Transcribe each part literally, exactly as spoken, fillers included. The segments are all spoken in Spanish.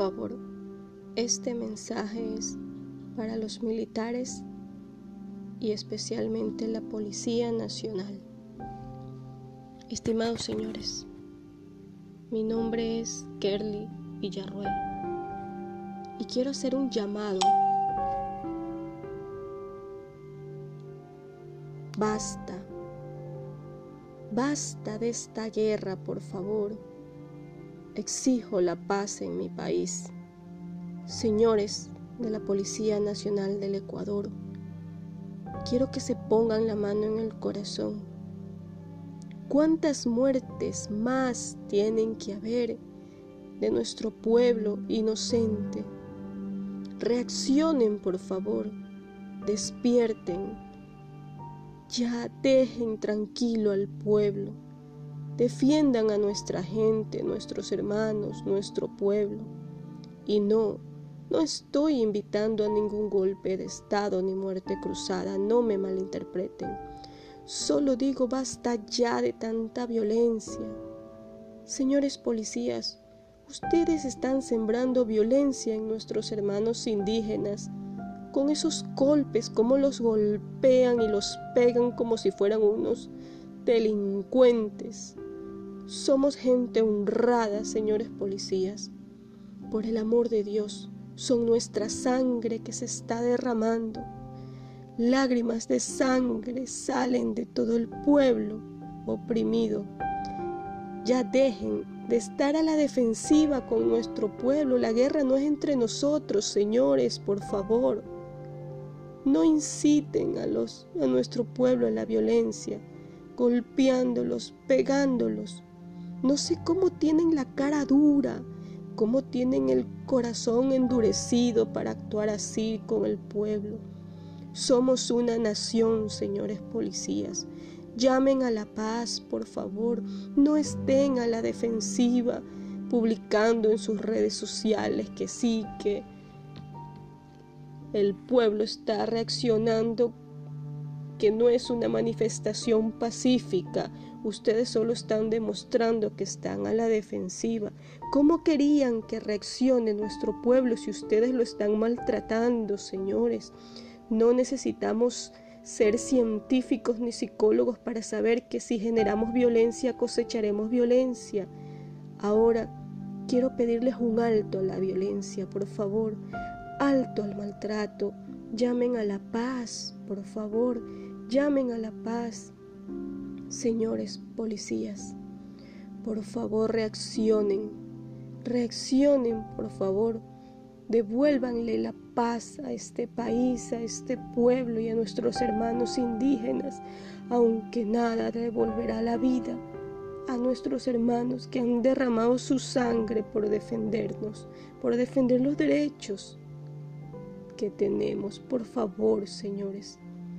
favor, este mensaje es para los militares y especialmente la Policía Nacional. Estimados señores, mi nombre es Kerly Villarruel y quiero hacer un llamado. Basta, basta de esta guerra, por favor. Exijo la paz en mi país. Señores de la Policía Nacional del Ecuador, quiero que se pongan la mano en el corazón. ¿Cuántas muertes más tienen que haber de nuestro pueblo inocente? Reaccionen, por favor, despierten. Ya dejen tranquilo al pueblo. Defiendan a nuestra gente, nuestros hermanos, nuestro pueblo. Y no, no estoy invitando a ningún golpe de estado ni muerte cruzada, no me malinterpreten. Solo digo basta ya de tanta violencia. Señores policías, ustedes están sembrando violencia en nuestros hermanos indígenas, con esos golpes, como los golpean y los pegan como si fueran unos delincuentes. Somos gente honrada, señores policías. Por el amor de Dios, son nuestra sangre que se está derramando. Lágrimas de sangre salen de todo el pueblo oprimido. Ya dejen de estar a la defensiva con nuestro pueblo. La guerra no es entre nosotros, señores, por favor. No inciten a, los, a nuestro pueblo a la violencia, golpeándolos, pegándolos. No sé cómo tienen la cara dura, cómo tienen el corazón endurecido para actuar así con el pueblo. Somos una nación, señores policías. Llamen a la paz, por favor. No estén a la defensiva, publicando en sus redes sociales que sí, que el pueblo está reaccionando, que no es una manifestación pacífica. Ustedes solo están demostrando que están a la defensiva. ¿Cómo querían que reaccione nuestro pueblo si ustedes lo están maltratando, señores? No necesitamos ser científicos ni psicólogos para saber que si generamos violencia cosecharemos violencia. Ahora quiero pedirles un alto a la violencia, por favor. Alto al maltrato. Llamen a la paz, por favor. Llamen a la paz. Señores policías, por favor reaccionen, reaccionen por favor, devuélvanle la paz a este país, a este pueblo y a nuestros hermanos indígenas, aunque nada devolverá la vida a nuestros hermanos que han derramado su sangre por defendernos, por defender los derechos que tenemos. Por favor, señores.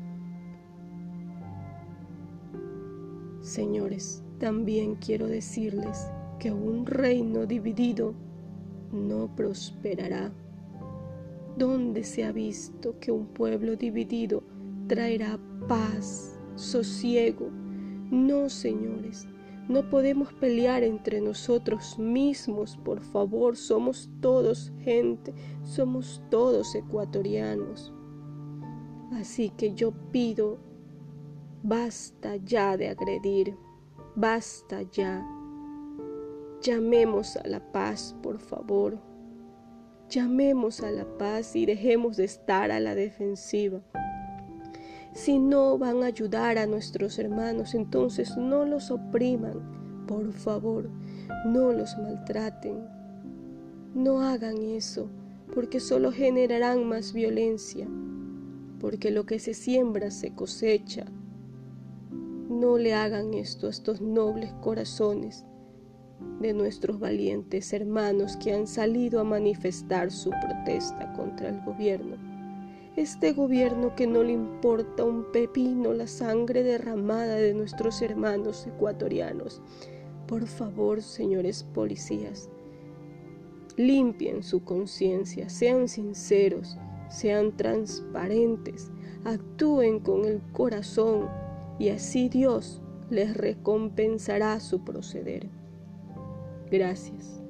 Señores, también quiero decirles que un reino dividido no prosperará. ¿Dónde se ha visto que un pueblo dividido traerá paz, sosiego? No, señores, no podemos pelear entre nosotros mismos, por favor. Somos todos gente, somos todos ecuatorianos. Así que yo pido, basta ya de agredir, basta ya. Llamemos a la paz, por favor. Llamemos a la paz y dejemos de estar a la defensiva. Si no van a ayudar a nuestros hermanos, entonces no los opriman, por favor. No los maltraten. No hagan eso, porque solo generarán más violencia, porque lo que se siembra se cosecha. No le hagan esto a estos nobles corazones de nuestros valientes hermanos que han salido a manifestar su protesta contra el gobierno. Este gobierno que no le importa un pepino la sangre derramada de nuestros hermanos ecuatorianos. Por favor, señores policías, limpien su conciencia, sean sinceros, sean transparentes, actúen con el corazón y así Dios les recompensará su proceder. Gracias.